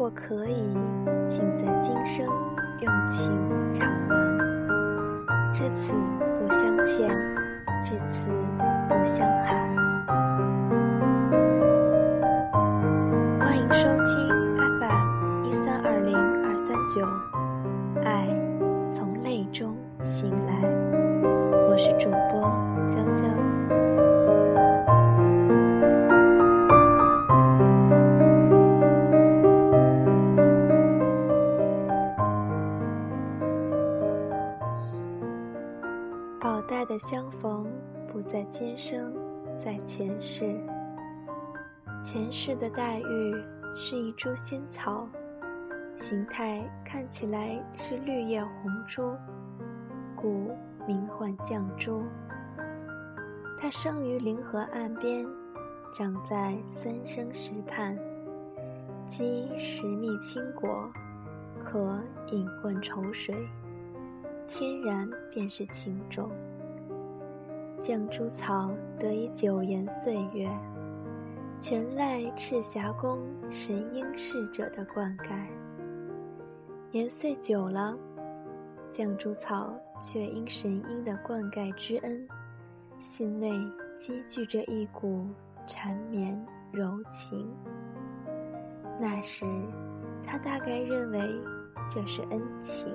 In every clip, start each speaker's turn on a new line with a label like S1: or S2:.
S1: 果可以，请在今生用情偿还。至此不相欠，至此不相寒。欢迎收听 FM1320239，爱从泪中醒来。我是主播娇娇。宝黛的相逢不在今生，在前世。前世的黛玉是一株仙草，形态看起来是绿叶红珠，故名唤绛珠。它生于灵河岸边，长在三生石畔，积石蜜清果，可饮灌稠水，天然便是情种。绛珠草得以久延岁月，全赖赤霞宫神瑛侍者的灌溉。年岁久了，绛珠草却因神瑛的灌溉之恩，心内积聚着一股缠绵柔情。那时他大概认为这是恩情，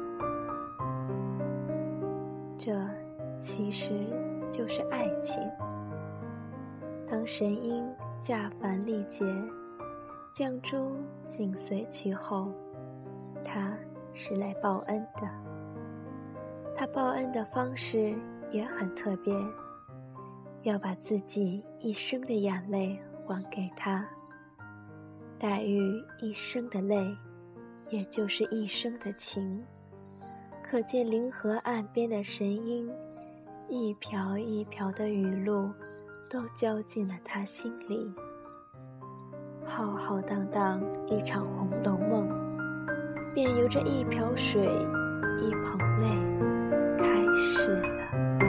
S1: 这其实就是爱情。当神瑛下凡历劫，绛珠紧随其后，他是来报恩的。他报恩的方式也很特别，要把自己一生的眼泪还给他。黛玉一生的泪，也就是一生的情。可见灵河岸边的神瑛，一瓢一瓢的雨露都浇进了他心里。浩浩荡荡一场《红楼梦》，便由这一瓢水一捧泪开始了。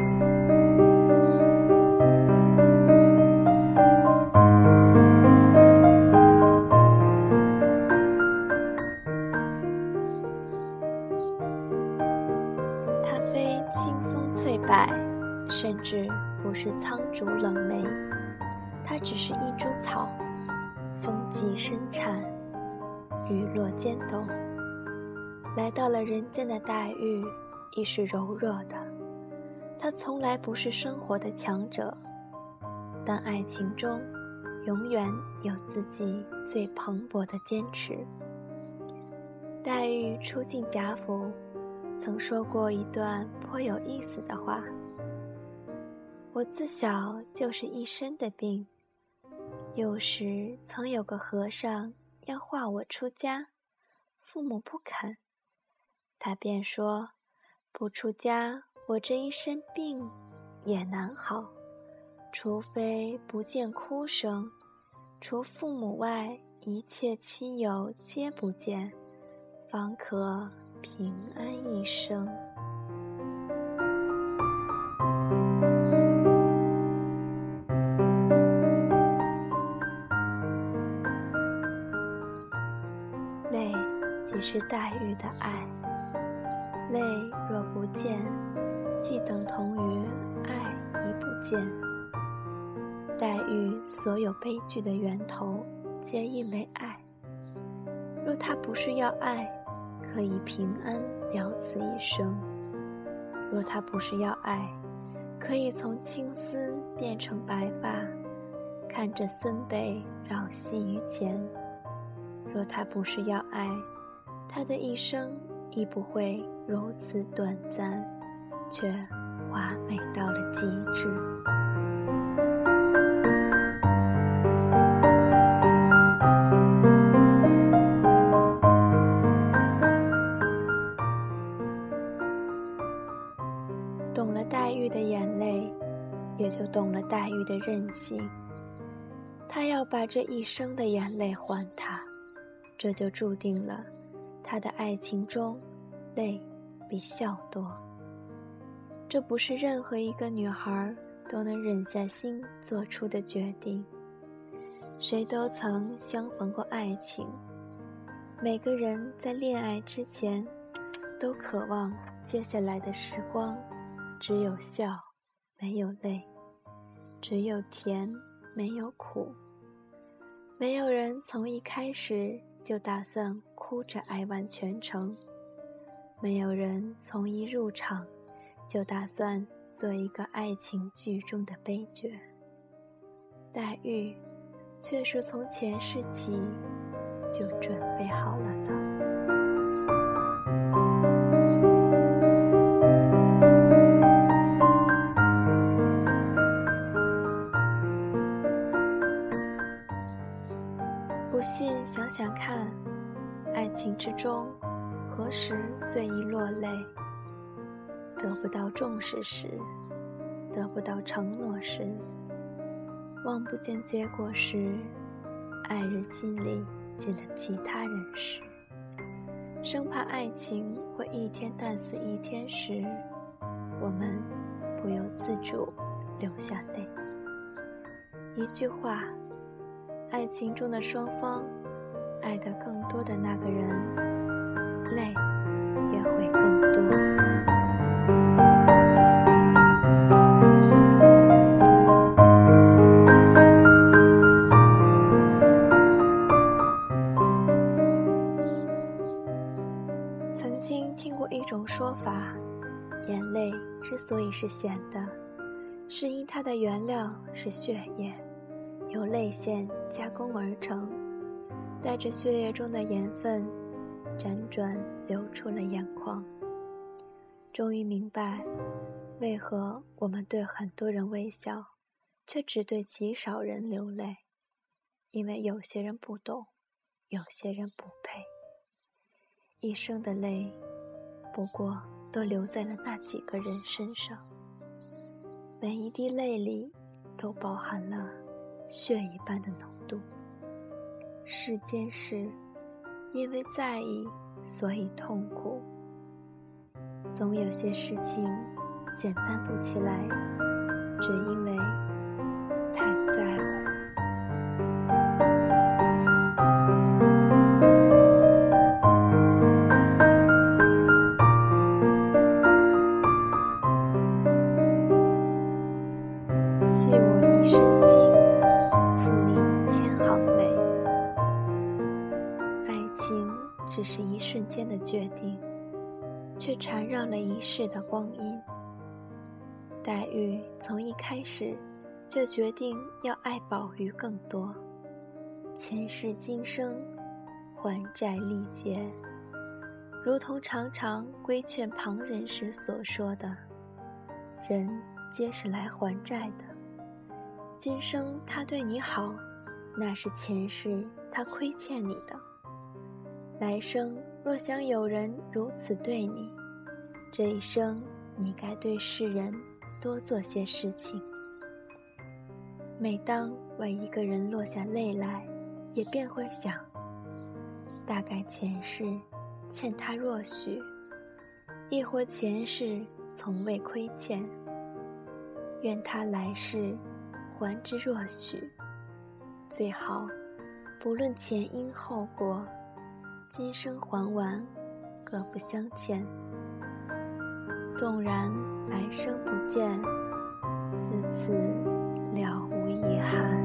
S1: 它非青松翠柏，甚至不是苍竹冷梅，它只是一株草，风急声颤，雨落渐动。来到了人间的黛玉亦是柔弱的，她从来不是生活的强者，但爱情中永远有自己最蓬勃的坚持。黛玉初进贾府，曾说过一段颇有意思的话：我自小就是一身的病，有时曾有个和尚要化我出家，父母不肯，他便说，不出家，我这一身病也难好，除非不见哭声，除父母外，一切亲友皆不见，方可平安一生。泪即是黛玉的爱，泪若不见，即等同于爱已不见。黛玉所有悲剧的源头，皆因为爱。若她不是要爱，可以平安了此一生；若她不是要爱，可以从青丝变成白发，看着孙辈绕膝于前；若她不是要爱，她的一生亦不会如此短暂，却华美到了极致。懂了黛玉的眼泪，也就懂了黛玉的任性。她要把这一生的眼泪还他，这就注定了她的爱情中泪比笑多。这不是任何一个女孩都能忍下心做出的决定。谁都曾相逢过爱情， 每个人在恋爱之前都渴望接下来的时光只有笑没有泪，只有甜没有苦。没有人从一开始就打算哭着爱完全程，没有人从一入场就打算做一个爱情剧中的悲角。黛玉却是从前世起就准备好了的。不信想想看，爱情之中何时最易落泪？得不到重视时，得不到承诺时，望不见结果时，爱人心里进了其他人时，生怕爱情会一天淡死一天时，我们不由自主流下泪。一句话，爱情中的双方爱得更多的那个人，泪也会更多。曾经听过一种说法，眼泪之所以是咸的，是因它的原料是血液，由泪腺加工而成，带着血液中的盐分辗转流出了眼眶。终于明白为何我们对很多人微笑，却只对极少人流泪，因为有些人不懂，有些人不配。一生的泪不过都流在了那几个人身上，每一滴泪里都包含了血一般的浓度。世间事，因为在意，所以痛苦。总有些事情简单不起来，只因为太在乎。系我一身心，负你千行泪。爱情只是一瞬间的决定，却缠绕了一世的光阴。黛玉从一开始就决定要爱宝玉更多，前世今生还债历劫，如同常常规劝旁人时所说的，人皆是来还债的。今生他对你好，那是前世他亏欠你的。来生若想有人如此对你，这一生你该对世人多做些事情。每当为一个人落下泪来，也便会想，大概前世欠他若许，亦或前世从未亏欠，愿他来世还之若许。最好不论前因后果，今生还完，各不相欠。纵然来生不见，自此了无遗憾。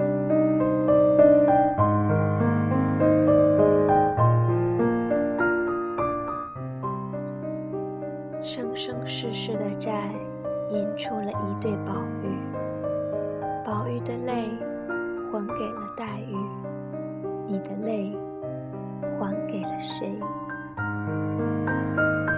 S1: 生生世世的债，引出了一对宝玉。宝玉的泪还给了黛玉，你的泪还给了谁？